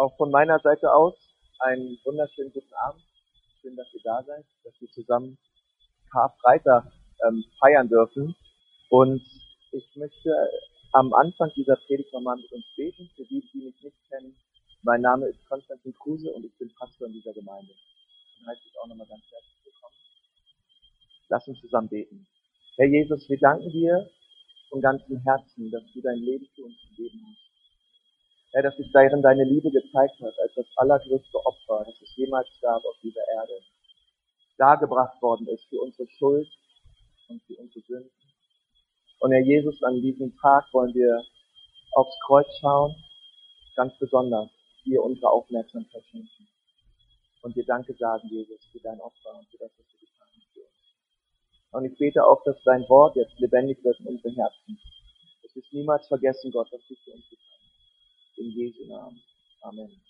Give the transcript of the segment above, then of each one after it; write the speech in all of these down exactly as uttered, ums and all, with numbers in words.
Auch von meiner Seite aus einen wunderschönen guten Abend. Schön, dass ihr da seid, dass wir zusammen Karfreitag ähm, feiern dürfen. Und ich möchte am Anfang dieser Predigt nochmal mit uns beten. Für die, die mich nicht kennen, mein Name ist Konstantin Kruse und ich bin Pastor in dieser Gemeinde. Dann heiße ich auch nochmal ganz herzlich willkommen. Lass uns zusammen beten. Herr Jesus, wir danken dir von ganzem Herzen, dass du dein Leben für uns gegeben hast. Herr, dass sich darin deine Liebe gezeigt hat, als das allergrößte Opfer, das es jemals gab auf dieser Erde, dargebracht worden ist für unsere Schuld und für unsere Sünden. Und Herr Jesus, an diesem Tag wollen wir aufs Kreuz schauen, ganz besonders dir unsere Aufmerksamkeit schenken. Und dir Danke sagen, Jesus, für dein Opfer und für das, was du getan hast für uns. Und ich bete auch, dass dein Wort jetzt lebendig wird in unseren Herzen. Es ist niemals vergessen, Gott, was du für uns getan hast. In Jesu Namen. Amen.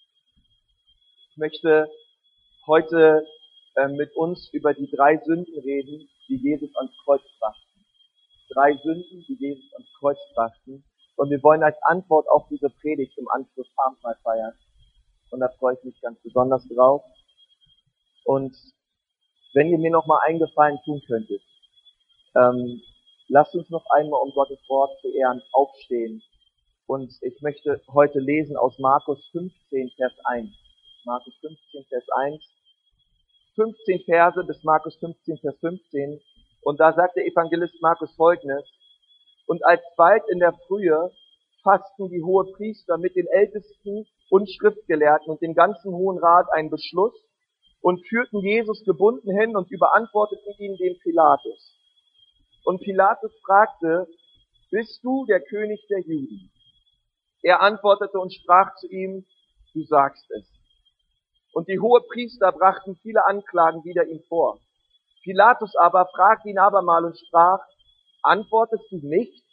Ich möchte heute äh, mit uns über die drei Sünden reden, die Jesus ans Kreuz brachten. Drei Sünden, die Jesus ans Kreuz brachten. Und wir wollen als Antwort auf diese Predigt im Anschluss Abendmahl feiern. Und da freue ich mich ganz besonders drauf. Und wenn ihr mir noch mal einen Gefallen tun könntet, ähm, lasst uns noch einmal, um Gottes Wort zu ehren, aufstehen. Und ich möchte heute lesen aus Markus fünfzehn, Vers eins. Markus fünfzehn, Vers eins. fünfzehn Verse bis Markus fünfzehn, Vers fünfzehn. Und da sagt der Evangelist Markus Folgendes: Und alsbald in der Frühe fassten die Hohepriester mit den Ältesten und Schriftgelehrten und dem ganzen Hohen Rat einen Beschluss und führten Jesus gebunden hin und überantworteten ihn dem Pilatus. Und Pilatus fragte: Bist du der König der Juden? Er antwortete und sprach zu ihm: Du sagst es. Und die Hohepriester brachten viele Anklagen wider ihn vor. Pilatus aber fragte ihn abermal und sprach: Antwortest du nicht?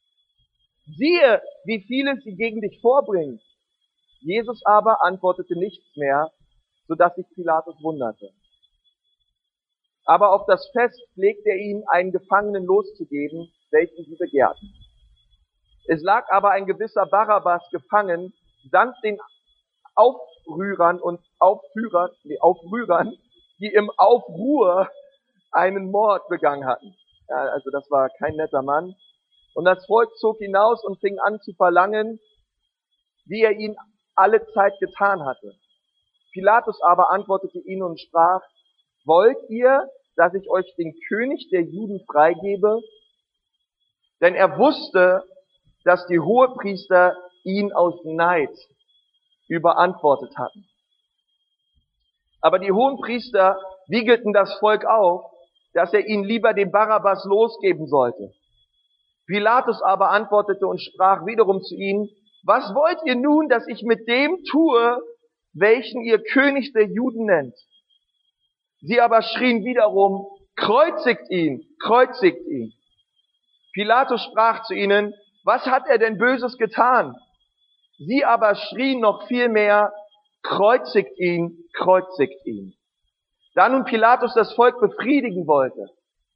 Siehe, wie viele sie gegen dich vorbringen. Jesus aber antwortete nichts mehr, so dass sich Pilatus wunderte. Aber auf das Fest pflegte er ihn, einen Gefangenen loszugeben, welchen sie begehrten. Es lag aber ein gewisser Barabbas gefangen, samt den Aufrührern und Aufführern, nee, Aufrührern, die im Aufruhr einen Mord begangen hatten. Ja, also das war kein netter Mann. Und das Volk zog hinaus und fing an zu verlangen, wie er ihn alle Zeit getan hatte. Pilatus aber antwortete ihnen und sprach: Wollt ihr, dass ich euch den König der Juden freigebe? Denn er wusste, dass die Hohepriester ihn aus Neid überantwortet hatten. Aber die Hohenpriester wiegelten das Volk auf, dass er ihnen lieber den Barabbas losgeben sollte. Pilatus aber antwortete und sprach wiederum zu ihnen: Was wollt ihr nun, dass ich mit dem tue, welchen ihr König der Juden nennt? Sie aber schrien wiederum: Kreuzigt ihn, kreuzigt ihn. Pilatus sprach zu ihnen: Was hat er denn Böses getan? Sie aber schrien noch viel mehr: Kreuzigt ihn, kreuzigt ihn. Da nun Pilatus das Volk befriedigen wollte,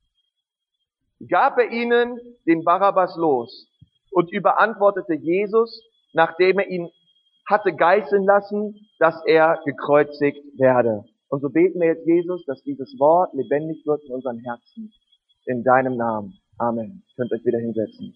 gab er ihnen den Barabbas los und überantwortete Jesus, nachdem er ihn hatte geißeln lassen, dass er gekreuzigt werde. Und so beten wir jetzt, Jesus, dass dieses Wort lebendig wird in unseren Herzen. In deinem Namen. Amen. Ihr könnt euch wieder hinsetzen.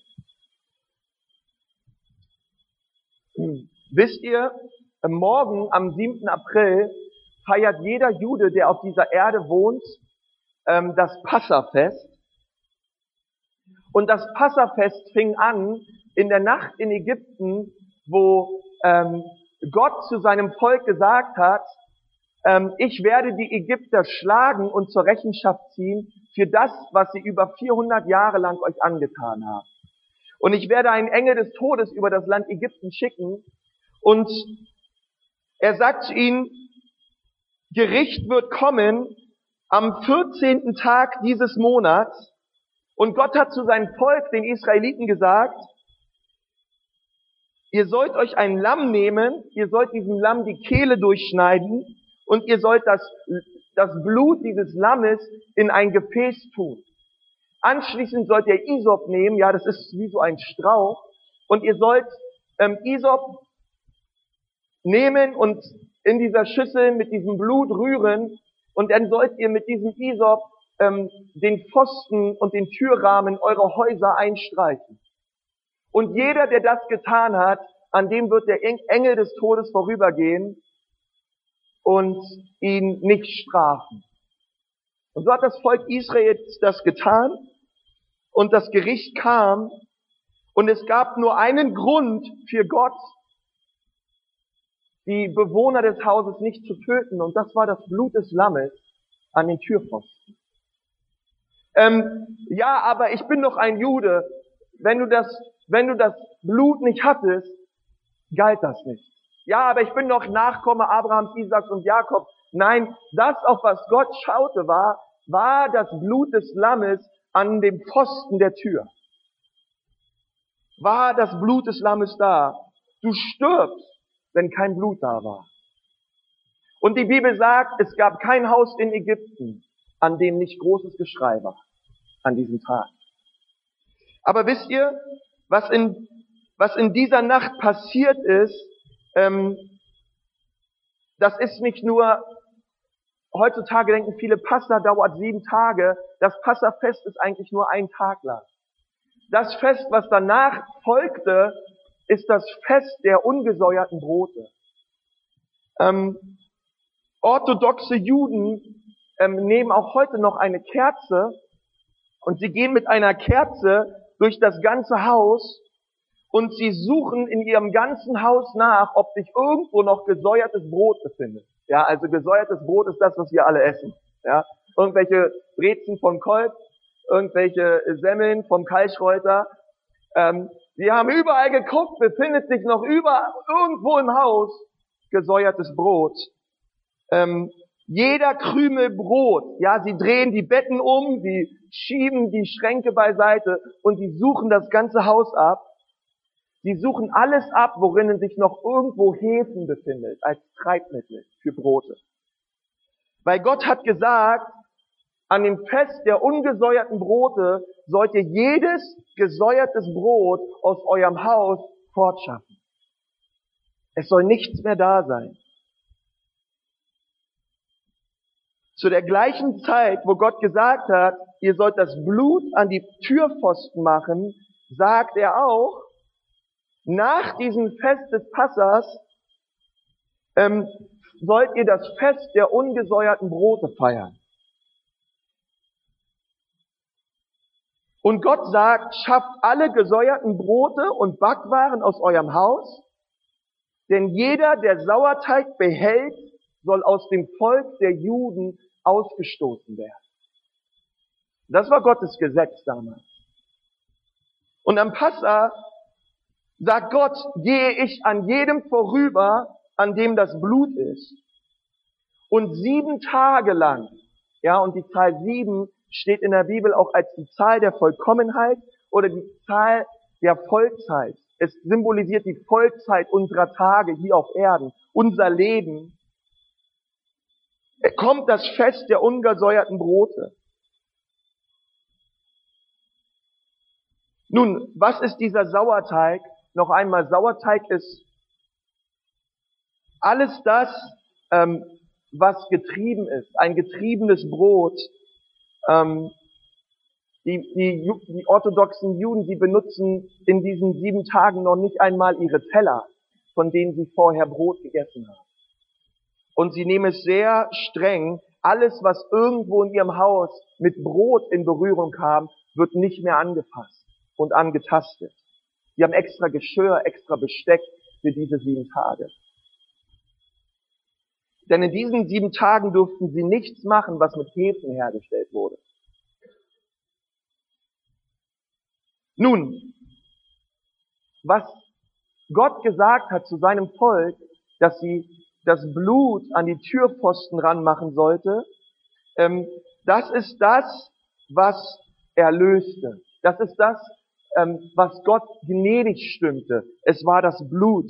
Hm. Wisst ihr, morgen am siebten April feiert jeder Jude, der auf dieser Erde wohnt, ähm, das Passafest. Und das Passafest fing an in der Nacht in Ägypten, wo ähm, Gott zu seinem Volk gesagt hat: ähm, Ich werde die Ägypter schlagen und zur Rechenschaft ziehen für das, was sie über vierhundert Jahre lang euch angetan haben. Und ich werde einen Engel des Todes über das Land Ägypten schicken. Und er sagt zu ihnen: Gericht wird kommen am vierzehnten Tag dieses Monats. Und Gott hat zu seinem Volk, den Israeliten, gesagt: Ihr sollt euch ein Lamm nehmen, ihr sollt diesem Lamm die Kehle durchschneiden und ihr sollt das, das Blut dieses Lammes in ein Gefäß tun. Anschließend sollt ihr Isop nehmen, ja, das ist wie so ein Strauch, und ihr sollt ähm, Isop nehmen und in dieser Schüssel mit diesem Blut rühren und dann sollt ihr mit diesem Isop ähm, den Pfosten und den Türrahmen eurer Häuser einstreichen. Und jeder, der das getan hat, an dem wird der Engel des Todes vorübergehen und ihn nicht strafen. Und so hat das Volk Israel das getan und das Gericht kam und es gab nur einen Grund für Gott, die Bewohner des Hauses nicht zu töten, und das war das Blut des Lammes an den Türpfosten. Ähm, ja, aber ich bin doch ein Jude. Wenn du das, wenn du das Blut nicht hattest, galt das nicht. Ja, aber ich bin doch Nachkomme Abrahams, Isaaks und Jakobs. Nein, das, auf was Gott schaute, war, war das Blut des Lammes an dem Pfosten der Tür. War das Blut des Lammes da? Du stirbst, wenn kein Blut da war. Und die Bibel sagt, es gab kein Haus in Ägypten, an dem nicht großes Geschrei war, an diesem Tag. Aber wisst ihr, was in, was in dieser Nacht passiert ist, ähm, das ist nicht nur, heutzutage denken viele, Passa dauert sieben Tage, das Passafest ist eigentlich nur ein Tag lang. Das Fest, was danach folgte, ist das Fest der ungesäuerten Brote. Ähm, orthodoxe Juden ähm, nehmen auch heute noch eine Kerze und sie gehen mit einer Kerze durch das ganze Haus und sie suchen in ihrem ganzen Haus nach, ob sich irgendwo noch gesäuertes Brot befindet. Ja, also gesäuertes Brot ist das, was wir alle essen. Ja, irgendwelche Brezen von Kolb, irgendwelche Semmeln vom Kalschreuter. Ähm, wir haben überall geguckt, befindet sich noch überall irgendwo im Haus gesäuertes Brot. Ähm, jeder Krümel Brot, ja, sie drehen die Betten um, sie schieben die Schränke beiseite und sie suchen das ganze Haus ab. Sie suchen alles ab, worin sich noch irgendwo Hefen befindet, als Treibmittel für Brote. Weil Gott hat gesagt, an dem Fest der ungesäuerten Brote sollt ihr jedes gesäuertes Brot aus eurem Haus fortschaffen. Es soll nichts mehr da sein. Zu der gleichen Zeit, wo Gott gesagt hat, ihr sollt das Blut an die Türpfosten machen, sagt er auch, nach diesem Fest des Passas ähm, sollt ihr das Fest der ungesäuerten Brote feiern. Und Gott sagt, schafft alle gesäuerten Brote und Backwaren aus eurem Haus, denn jeder, der Sauerteig behält, soll aus dem Volk der Juden ausgestoßen werden. Das war Gottes Gesetz damals. Und am Passa sagt Gott, gehe ich an jedem vorüber, an dem das Blut ist. Und sieben Tage lang, ja, und die Zahl sieben steht in der Bibel auch als die Zahl der Vollkommenheit oder die Zahl der Vollzeit. Es symbolisiert die Vollzeit unserer Tage hier auf Erden, unser Leben. Kommt das Fest der ungesäuerten Brote. Nun, was ist dieser Sauerteig? Noch einmal, Sauerteig ist alles das, ähm, was getrieben ist. Ein getriebenes Brot. Ähm, die, die, die orthodoxen Juden, die benutzen in diesen sieben Tagen noch nicht einmal ihre Teller, von denen sie vorher Brot gegessen haben. Und sie nehmen es sehr streng. Alles, was irgendwo in ihrem Haus mit Brot in Berührung kam, wird nicht mehr angefasst und angetastet. Sie haben extra Geschirr, extra Besteck für diese sieben Tage. Denn in diesen sieben Tagen durften sie nichts machen, was mit Hefen hergestellt wurde. Nun, was Gott gesagt hat zu seinem Volk, dass sie das Blut an die Türpfosten ranmachen sollte, ähm, das ist das, was erlöste. Das ist das, ähm, was Gott gnädig stimmte. Es war das Blut.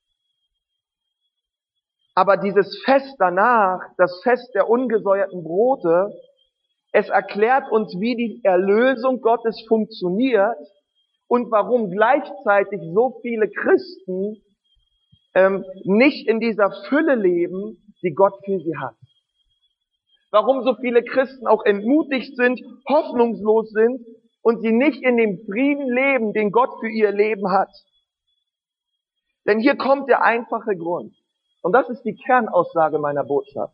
Aber dieses Fest danach, das Fest der ungesäuerten Brote, es erklärt uns, wie die Erlösung Gottes funktioniert und warum gleichzeitig so viele Christen ähm, nicht in dieser Fülle leben, die Gott für sie hat. Warum so viele Christen auch entmutigt sind, hoffnungslos sind und sie nicht in dem Frieden leben, den Gott für ihr Leben hat. Denn hier kommt der einfache Grund. Und das ist die Kernaussage meiner Botschaft.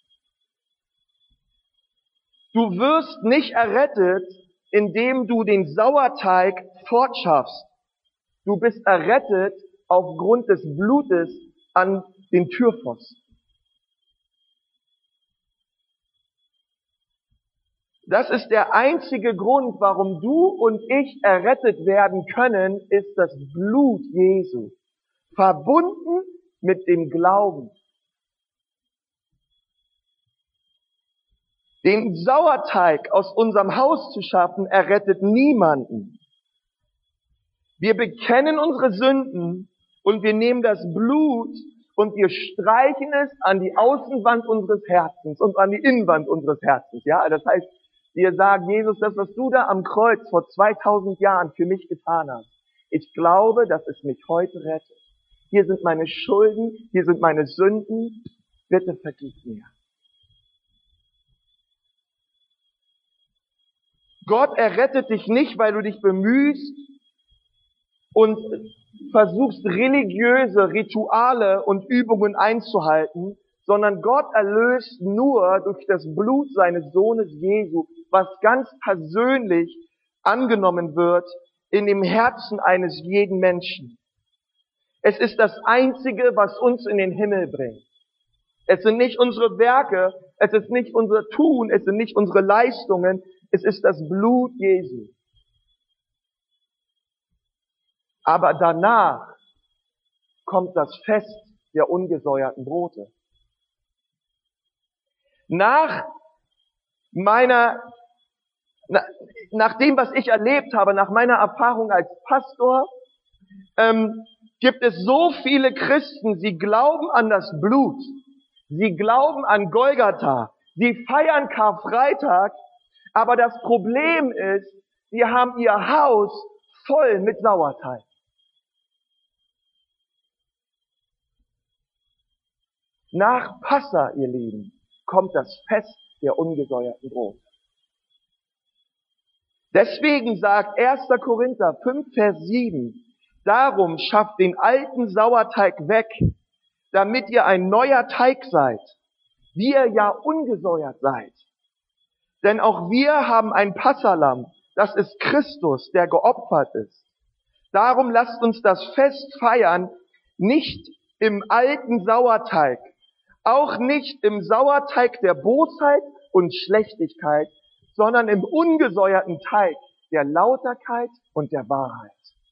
Du wirst nicht errettet, indem du den Sauerteig fortschaffst. Du bist errettet aufgrund des Blutes an den Türpfosten. Das ist der einzige Grund, warum du und ich errettet werden können, ist das Blut Jesu. Verbunden mit dem Glauben. Den Sauerteig aus unserem Haus zu schaffen, errettet niemanden. Wir bekennen unsere Sünden und wir nehmen das Blut und wir streichen es an die Außenwand unseres Herzens und an die Innenwand unseres Herzens. Ja, das heißt, wir sagen, Jesus, das, was du da am Kreuz vor zweitausend Jahren für mich getan hast, ich glaube, dass es mich heute rettet. Hier sind meine Schulden, hier sind meine Sünden, bitte vergib mir. Gott errettet dich nicht, weil du dich bemühst und versuchst, religiöse Rituale und Übungen einzuhalten, sondern Gott erlöst nur durch das Blut seines Sohnes Jesu, was ganz persönlich angenommen wird in dem Herzen eines jeden Menschen. Es ist das Einzige, was uns in den Himmel bringt. Es sind nicht unsere Werke, es ist nicht unser Tun, es sind nicht unsere Leistungen, es ist das Blut Jesu. Aber danach kommt das Fest der ungesäuerten Brote. Nach meiner, na, nach dem, was ich erlebt habe, nach meiner Erfahrung als Pastor, ähm, gibt es so viele Christen, sie glauben an das Blut, sie glauben an Golgatha, sie feiern Karfreitag, aber das Problem ist, sie haben ihr Haus voll mit Sauerteig. Nach Passa, ihr Lieben, kommt das Fest der ungesäuerten Brote. Deswegen sagt erster Korinther fünf, Vers sieben, darum schafft den alten Sauerteig weg, damit ihr ein neuer Teig seid, wie ihr ja ungesäuert seid. Denn auch wir haben ein Passalamm, das ist Christus, der geopfert ist. Darum lasst uns das Fest feiern, nicht im alten Sauerteig, auch nicht im Sauerteig der Bosheit und Schlechtigkeit, sondern im ungesäuerten Teig der Lauterkeit und der Wahrheit.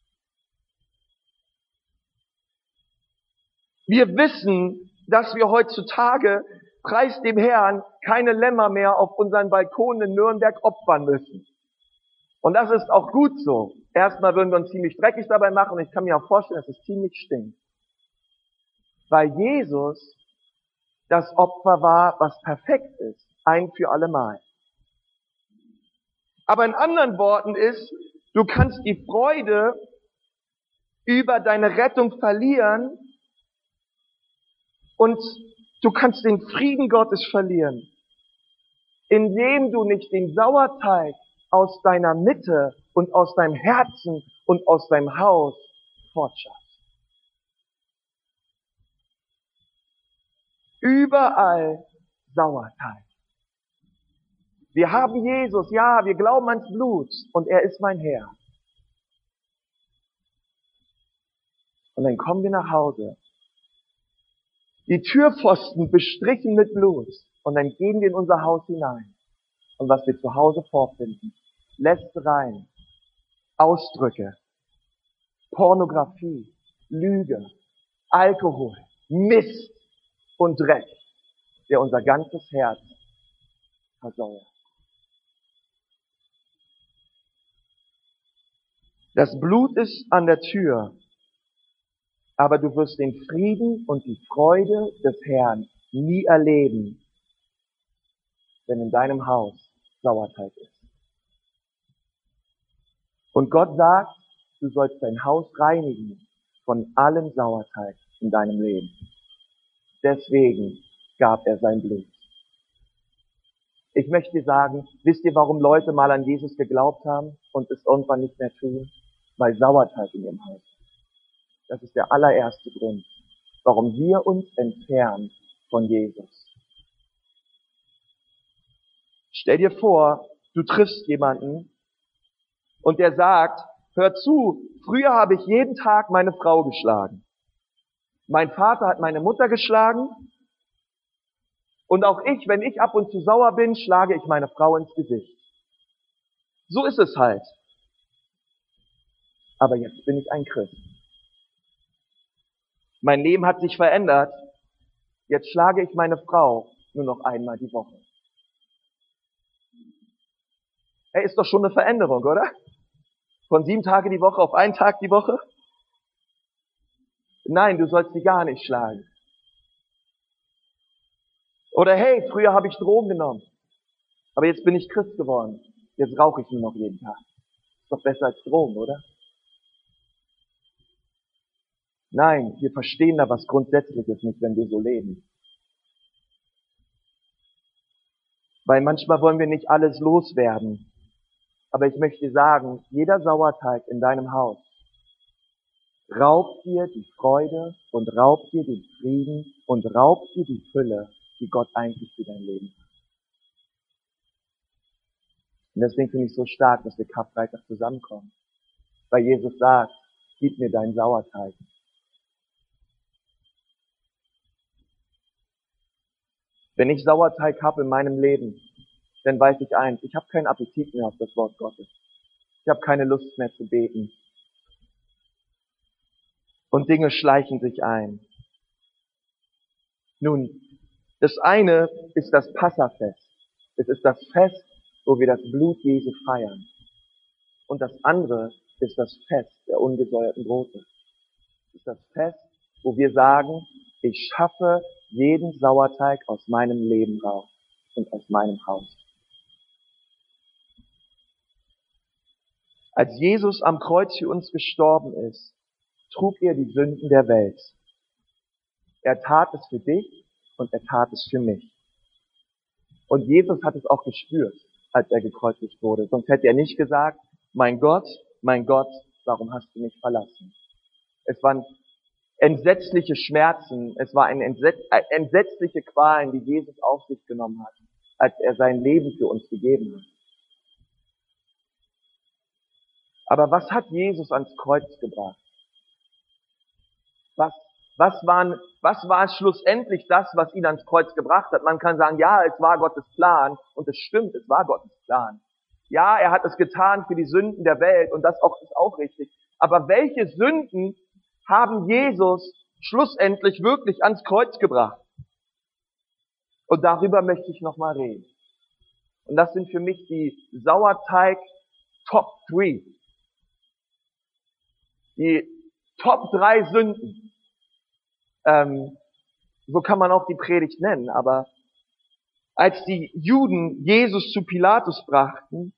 Wir wissen, dass wir heutzutage, preis dem Herrn, keine Lämmer mehr auf unseren Balkonen in Nürnberg opfern müssen. Und das ist auch gut so. Erstmal würden wir uns ziemlich dreckig dabei machen und ich kann mir auch vorstellen, dass es ziemlich stinkt. Weil Jesus das Opfer war, was perfekt ist, ein für alle Mal. Aber in anderen Worten ist, du kannst die Freude über deine Rettung verlieren und du kannst den Frieden Gottes verlieren, indem du nicht den Sauerteig aus deiner Mitte und aus deinem Herzen und aus deinem Haus fortschaffst. Überall Sauerteig. Wir haben Jesus, ja, wir glauben ans Blut und er ist mein Herr. Und dann kommen wir nach Hause. Die Türpfosten bestrichen mit Blut und dann gehen wir in unser Haus hinein. Und was wir zu Hause vorfinden, Lästereien, Ausdrücke, Pornografie, Lüge, Alkohol, Mist und Dreck, der unser ganzes Herz versäuert. Das Blut ist an der Tür, aber du wirst den Frieden und die Freude des Herrn nie erleben, wenn in deinem Haus Sauerteig ist. Und Gott sagt, du sollst dein Haus reinigen von allem Sauerteig in deinem Leben. Deswegen gab er sein Blut. Ich möchte dir sagen, wisst ihr, warum Leute mal an Jesus geglaubt haben und es irgendwann nicht mehr tun? Weil Sauerteig in ihrem Haus ist. Das ist der allererste Grund, warum wir uns entfernen von Jesus. Stell dir vor, du triffst jemanden und der sagt, hör zu, früher habe ich jeden Tag meine Frau geschlagen. Mein Vater hat meine Mutter geschlagen und auch ich, wenn ich ab und zu sauer bin, schlage ich meine Frau ins Gesicht. So ist es halt. Aber jetzt bin ich ein Christ. Mein Leben hat sich verändert. Jetzt schlage ich meine Frau nur noch einmal die Woche. Hey, ist doch schon eine Veränderung, oder? Von sieben Tage die Woche auf einen Tag die Woche? Nein, du sollst sie gar nicht schlagen. Oder hey, früher habe ich Drogen genommen, aber jetzt bin ich Christ geworden. Jetzt rauche ich nur noch jeden Tag. Ist doch besser als Drogen, oder? Nein, wir verstehen da was Grundsätzliches nicht, wenn wir so leben. Weil manchmal wollen wir nicht alles loswerden. Aber ich möchte sagen, jeder Sauerteig in deinem Haus raubt dir die Freude und raubt dir den Frieden und raubt dir die Fülle, die Gott eigentlich für dein Leben hat. Und deswegen finde ich es so stark, dass wir Karfreitag zusammenkommen. Weil Jesus sagt, gib mir deinen Sauerteig. Wenn ich Sauerteig habe in meinem Leben, dann weiß ich eins, ich habe keinen Appetit mehr auf das Wort Gottes. Ich habe keine Lust mehr zu beten. Und Dinge schleichen sich ein. Nun, das eine ist das Passafest. Es ist das Fest, wo wir das Blut Jesu feiern. Und das andere ist das Fest der ungesäuerten Brote. Es ist das Fest, wo wir sagen, ich schaffe jeden Sauerteig aus meinem Leben raus und aus meinem Haus. Als Jesus am Kreuz für uns gestorben ist, trug er die Sünden der Welt. Er tat es für dich und er tat es für mich. Und Jesus hat es auch gespürt, als er gekreuzigt wurde. Sonst hätte er nicht gesagt, mein Gott, mein Gott, warum hast du mich verlassen? Es waren entsetzliche Schmerzen, es war eine entsetzliche Qualen, die Jesus auf sich genommen hat, als er sein Leben für uns gegeben hat. Aber was hat Jesus ans Kreuz gebracht? Was, was, waren, was war schlussendlich das, was ihn ans Kreuz gebracht hat? Man kann sagen, ja, es war Gottes Plan. Und es stimmt, es war Gottes Plan. Ja, er hat es getan für die Sünden der Welt und das auch, ist auch richtig. Aber welche Sünden haben Jesus schlussendlich wirklich ans Kreuz gebracht? Und darüber möchte ich nochmal reden. Und das sind für mich die Sauerteig Top drei. Die Top drei Sünden. Ähm, so kann man auch die Predigt nennen, aber als die Juden Jesus zu Pilatus brachten,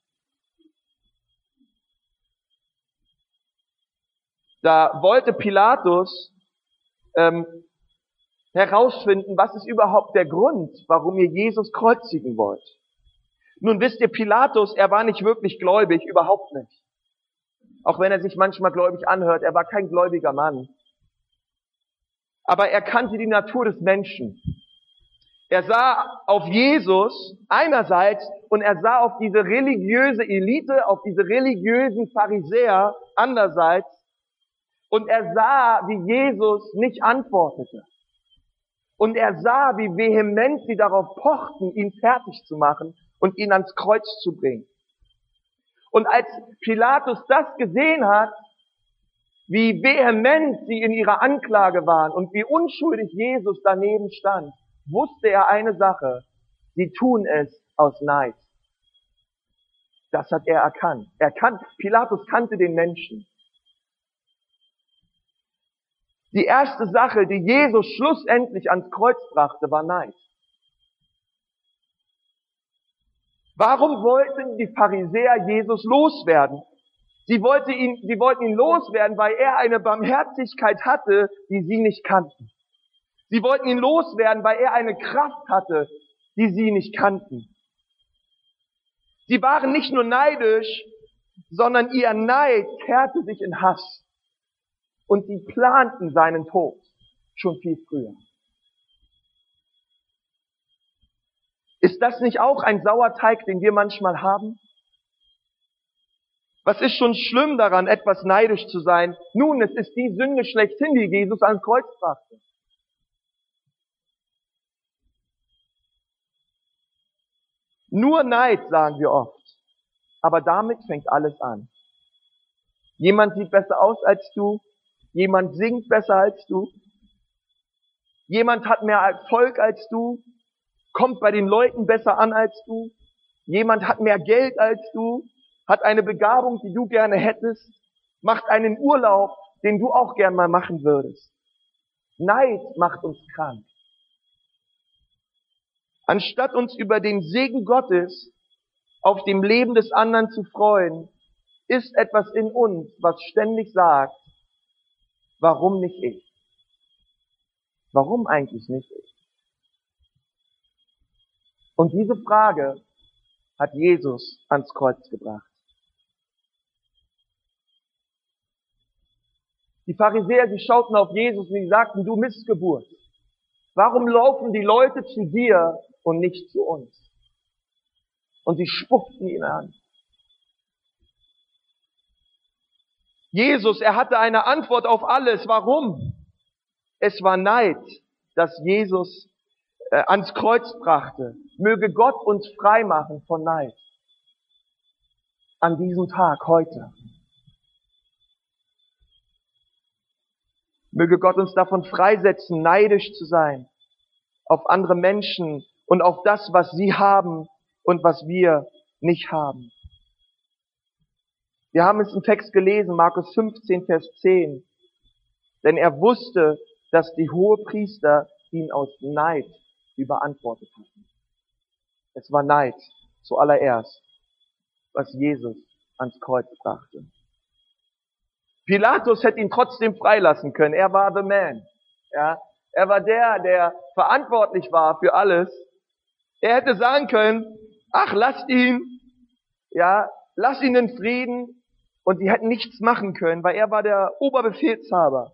da wollte Pilatus ähm, herausfinden, was ist überhaupt der Grund, warum ihr Jesus kreuzigen wollt. Nun wisst ihr, Pilatus, er war nicht wirklich gläubig, überhaupt nicht. Auch wenn er sich manchmal gläubig anhört, er war kein gläubiger Mann. Aber er kannte die Natur des Menschen. Er sah auf Jesus einerseits und er sah auf diese religiöse Elite, auf diese religiösen Pharisäer andererseits. Und er sah, wie Jesus nicht antwortete. Und er sah, wie vehement sie darauf pochten, ihn fertig zu machen und ihn ans Kreuz zu bringen. Und als Pilatus das gesehen hat, wie vehement sie in ihrer Anklage waren und wie unschuldig Jesus daneben stand, wusste er eine Sache: Sie tun es aus Neid. Das hat er erkannt. Er kan- Pilatus kannte den Menschen. Die erste Sache, die Jesus schlussendlich ans Kreuz brachte, war Neid. Warum wollten die Pharisäer Jesus loswerden? Sie wollte ihn, sie wollten ihn loswerden, weil er eine Barmherzigkeit hatte, die sie nicht kannten. Sie wollten ihn loswerden, weil er eine Kraft hatte, die sie nicht kannten. Sie waren nicht nur neidisch, sondern ihr Neid kehrte sich in Hass. Und sie planten seinen Tod schon viel früher. Ist das nicht auch ein Sauerteig, den wir manchmal haben? Was ist schon schlimm daran, etwas neidisch zu sein? Nun, es ist die Sünde schlechthin, die Jesus ans Kreuz brachte. Nur Neid, sagen wir oft. Aber damit fängt alles an. Jemand sieht besser aus als du. Jemand singt besser als du. Jemand hat mehr Erfolg als du. Kommt bei den Leuten besser an als du. Jemand hat mehr Geld als du. Hat eine Begabung, die du gerne hättest. Macht einen Urlaub, den du auch gern mal machen würdest. Neid macht uns krank. Anstatt uns über den Segen Gottes auf dem Leben des anderen zu freuen, ist etwas in uns, was ständig sagt, warum nicht ich? Warum eigentlich nicht ich? Und diese Frage hat Jesus ans Kreuz gebracht. Die Pharisäer, sie schauten auf Jesus und sie sagten, du Missgeburt, warum laufen die Leute zu dir und nicht zu uns? Und sie spuckten ihn an. Jesus, er hatte eine Antwort auf alles. Warum? Es war Neid, das Jesus äh, ans Kreuz brachte. Möge Gott uns frei machen von Neid. An diesem Tag, heute. Möge Gott uns davon freisetzen, neidisch zu sein auf andere Menschen und auf das, was sie haben und was wir nicht haben. Wir haben es im Text gelesen, Markus fünfzehn, Vers zehn. Denn er wusste, dass die Hohepriester ihn aus Neid überantwortet hatten. Es war Neid zuallererst, was Jesus ans Kreuz brachte. Pilatus hätte ihn trotzdem freilassen können. Er war the man. Ja, er war der, der verantwortlich war für alles. Er hätte sagen können, ach, lasst ihn, ja, lass ihn in Frieden. Und sie hätten nichts machen können, weil er war der Oberbefehlshaber.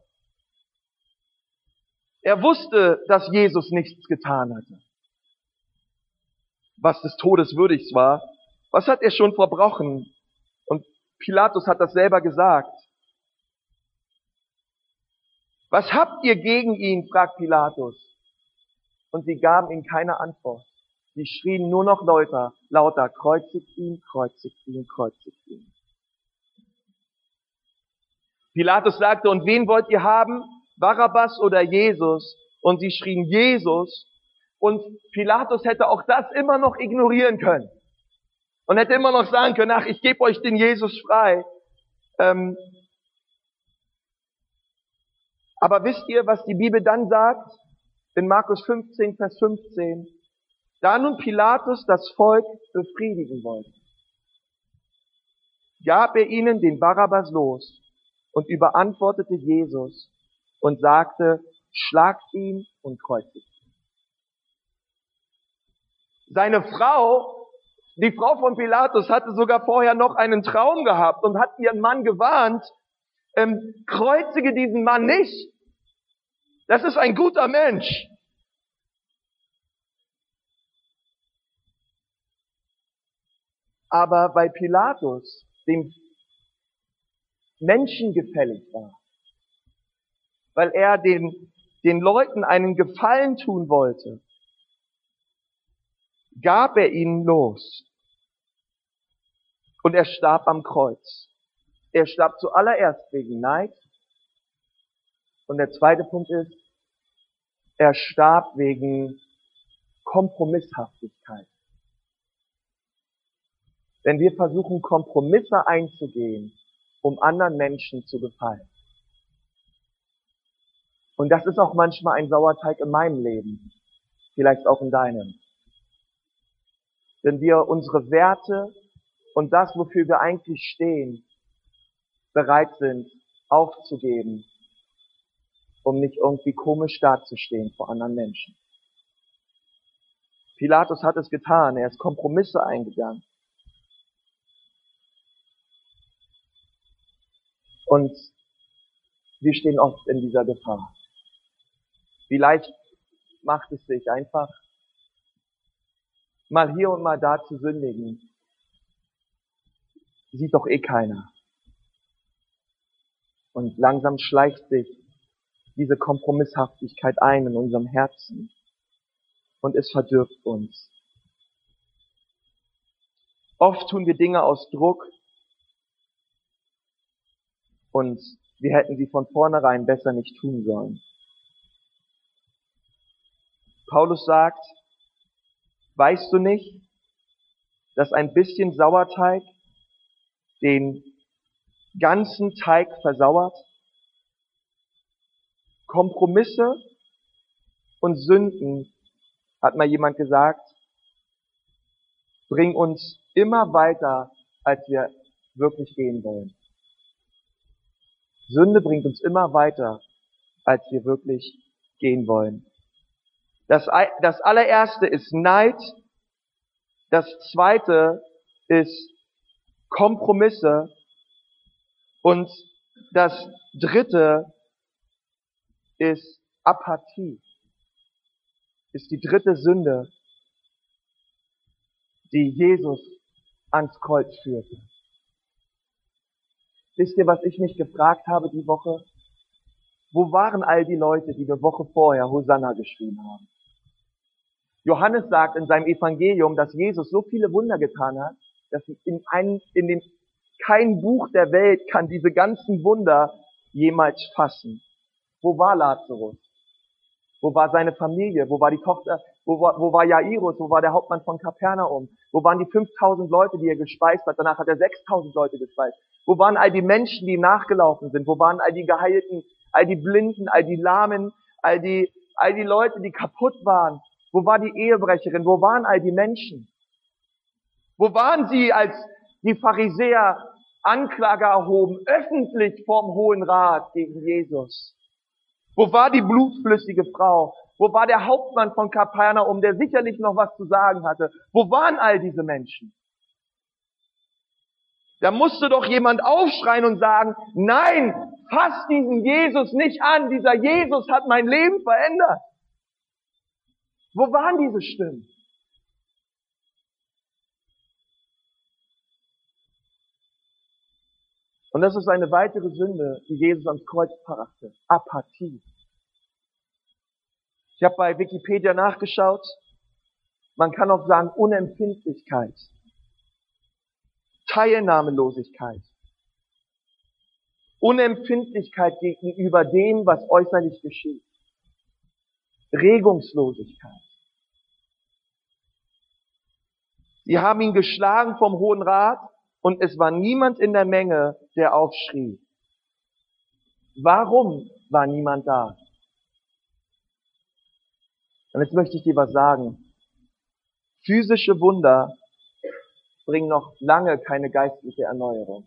Er wusste, dass Jesus nichts getan hatte, was des Todes würdig war. Was hat er schon verbrochen? Und Pilatus hat das selber gesagt. Was habt ihr gegen ihn? Fragt Pilatus. Und sie gaben ihm keine Antwort. Sie schrien nur noch lauter, lauter, kreuzigt ihn, kreuzigt ihn, kreuzigt ihn. Pilatus sagte, und wen wollt ihr haben? Barabbas oder Jesus? Und sie schrien Jesus. Und Pilatus hätte auch das immer noch ignorieren können. Und hätte immer noch sagen können, ach, ich gebe euch den Jesus frei. Ähm, aber wisst ihr, was die Bibel dann sagt? In Markus fünfzehn, Vers fünfzehn. Da nun Pilatus das Volk befriedigen wollte, gab er ihnen den Barabbas los und überantwortete Jesus und sagte, schlagt ihn und kreuzigt ihn. Seine Frau, die Frau von Pilatus, hatte sogar vorher noch einen Traum gehabt und hat ihren Mann gewarnt, ähm, kreuzige diesen Mann nicht. Das ist ein guter Mensch. Aber weil Pilatus dem Menschen gefällig war, weil er den, den Leuten einen Gefallen tun wollte, gab er ihnen los. Und er starb am Kreuz. Er starb zuallererst wegen Neid. Und der zweite Punkt ist, er starb wegen Kompromisshaftigkeit. Wenn wir versuchen, Kompromisse einzugehen, um anderen Menschen zu gefallen. Und das ist auch manchmal ein Sauerteig in meinem Leben, vielleicht auch in deinem. Wenn wir unsere Werte und das, wofür wir eigentlich stehen, bereit sind, aufzugeben, um nicht irgendwie komisch dazustehen vor anderen Menschen. Pilatus hat es getan, er ist Kompromisse eingegangen. Und wir stehen oft in dieser Gefahr. Vielleicht macht es sich einfach, mal hier und mal da zu sündigen. Sieht doch eh keiner. Und langsam schleicht sich diese Kompromisshaftigkeit ein in unserem Herzen. Und es verdirbt uns. Oft tun wir Dinge aus Druck und wir hätten sie von vornherein besser nicht tun sollen. Paulus sagt, weißt du nicht, dass ein bisschen Sauerteig den ganzen Teig versauert? Kompromisse und Sünden, hat mal jemand gesagt, bringen uns immer weiter, als wir wirklich gehen wollen. Sünde bringt uns immer weiter, als wir wirklich gehen wollen. Das, das allererste ist Neid. Das zweite ist Kompromisse. Und das dritte ist Apathie. Ist die dritte Sünde, die Jesus ans Kreuz führte. Wisst ihr, was ich mich gefragt habe die Woche? Wo waren all die Leute, die eine Woche vorher Hosanna geschrien haben? Johannes sagt in seinem Evangelium, dass Jesus so viele Wunder getan hat, dass in, einem, in dem, kein Buch der Welt kann diese ganzen Wunder jemals fassen. Wo war Lazarus? Wo war seine Familie? Wo war die Tochter? Wo war, wo war Jairus? Wo war der Hauptmann von Kapernaum? Wo waren die fünftausend Leute, die er gespeist hat? Danach hat er sechstausend Leute gespeist. Wo waren all die Menschen, die ihm nachgelaufen sind? Wo waren all die Geheilten, all die Blinden, all die Lahmen, all die, all die Leute, die kaputt waren? Wo war die Ehebrecherin? Wo waren all die Menschen? Wo waren sie, als die Pharisäer Anklage erhoben, öffentlich vorm Hohen Rat gegen Jesus? Wo war die blutflüssige Frau? Wo war der Hauptmann von Kapernaum, der sicherlich noch was zu sagen hatte? Wo waren all diese Menschen? Da musste doch jemand aufschreien und sagen, nein, fass diesen Jesus nicht an. Dieser Jesus hat mein Leben verändert. Wo waren diese Stimmen? Und das ist eine weitere Sünde, die Jesus ans Kreuz brachte. Apathie. Ich habe bei Wikipedia nachgeschaut. Man kann auch sagen Unempfindlichkeit. Teilnahmelosigkeit. Unempfindlichkeit gegenüber dem, was äußerlich geschieht. Regungslosigkeit. Sie haben ihn geschlagen vom Hohen Rat und es war niemand in der Menge, der aufschrie. Warum war niemand da? Und jetzt möchte ich dir was sagen. Physische Wunder bringen noch lange keine geistliche Erneuerung.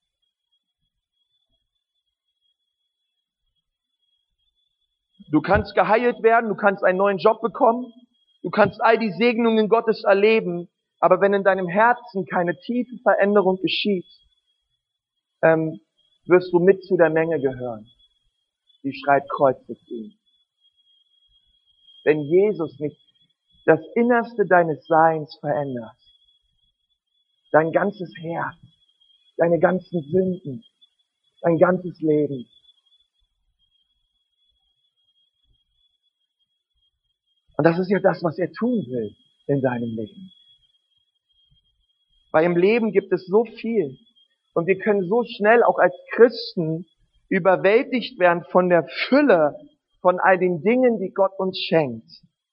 Du kannst geheilt werden, du kannst einen neuen Job bekommen, du kannst all die Segnungen Gottes erleben, aber wenn in deinem Herzen keine tiefe Veränderung geschieht, ähm, wirst du mit zu der Menge gehören, die schreit, kreuzigt ihn. Wenn Jesus nicht das Innerste deines Seins verändert, dein ganzes Herz, deine ganzen Sünden, dein ganzes Leben. Und das ist ja das, was er tun will in deinem Leben. Weil im Leben gibt es so viel. Und wir können so schnell auch als Christen überwältigt werden von der Fülle von all den Dingen, die Gott uns schenkt.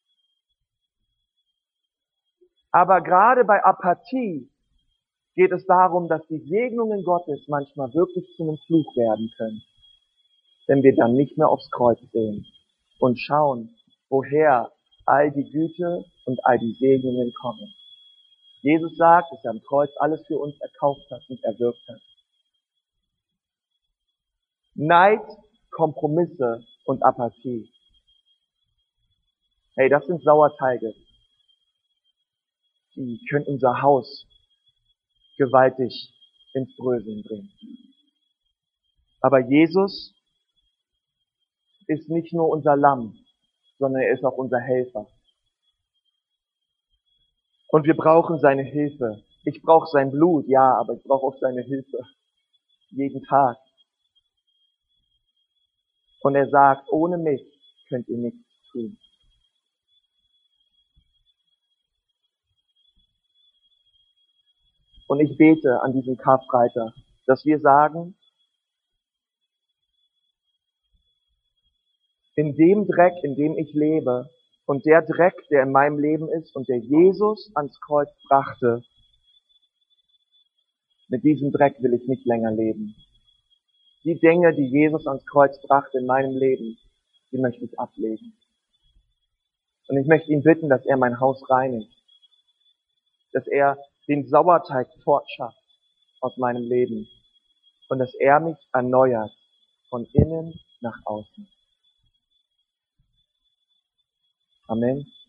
Aber gerade bei Apathie geht es darum, dass die Segnungen Gottes manchmal wirklich zu einem Fluch werden können, wenn wir dann nicht mehr aufs Kreuz sehen und schauen, woher all die Güte und all die Segnungen kommen. Jesus sagt, dass er am Kreuz alles für uns erkauft hat und erwirkt hat. Neid, Kompromisse und Apathie. Hey, das sind Sauerteige. Die können unser Haus gewaltig ins Bröseln bringen. Aber Jesus ist nicht nur unser Lamm, sondern er ist auch unser Helfer. Und wir brauchen seine Hilfe. Ich brauche sein Blut, ja, aber ich brauche auch seine Hilfe. Jeden Tag. Und er sagt, ohne mich könnt ihr nichts tun. Und ich bete an diesem Karfreitag, dass wir sagen, in dem Dreck, in dem ich lebe, und der Dreck, der in meinem Leben ist und der Jesus ans Kreuz brachte, mit diesem Dreck will ich nicht länger leben. Die Dinge, die Jesus ans Kreuz brachte in meinem Leben, die möchte ich ablegen. Und ich möchte ihn bitten, dass er mein Haus reinigt. Dass er den Sauerteig fortschafft aus meinem Leben. Und dass er mich erneuert von innen nach außen. Amen.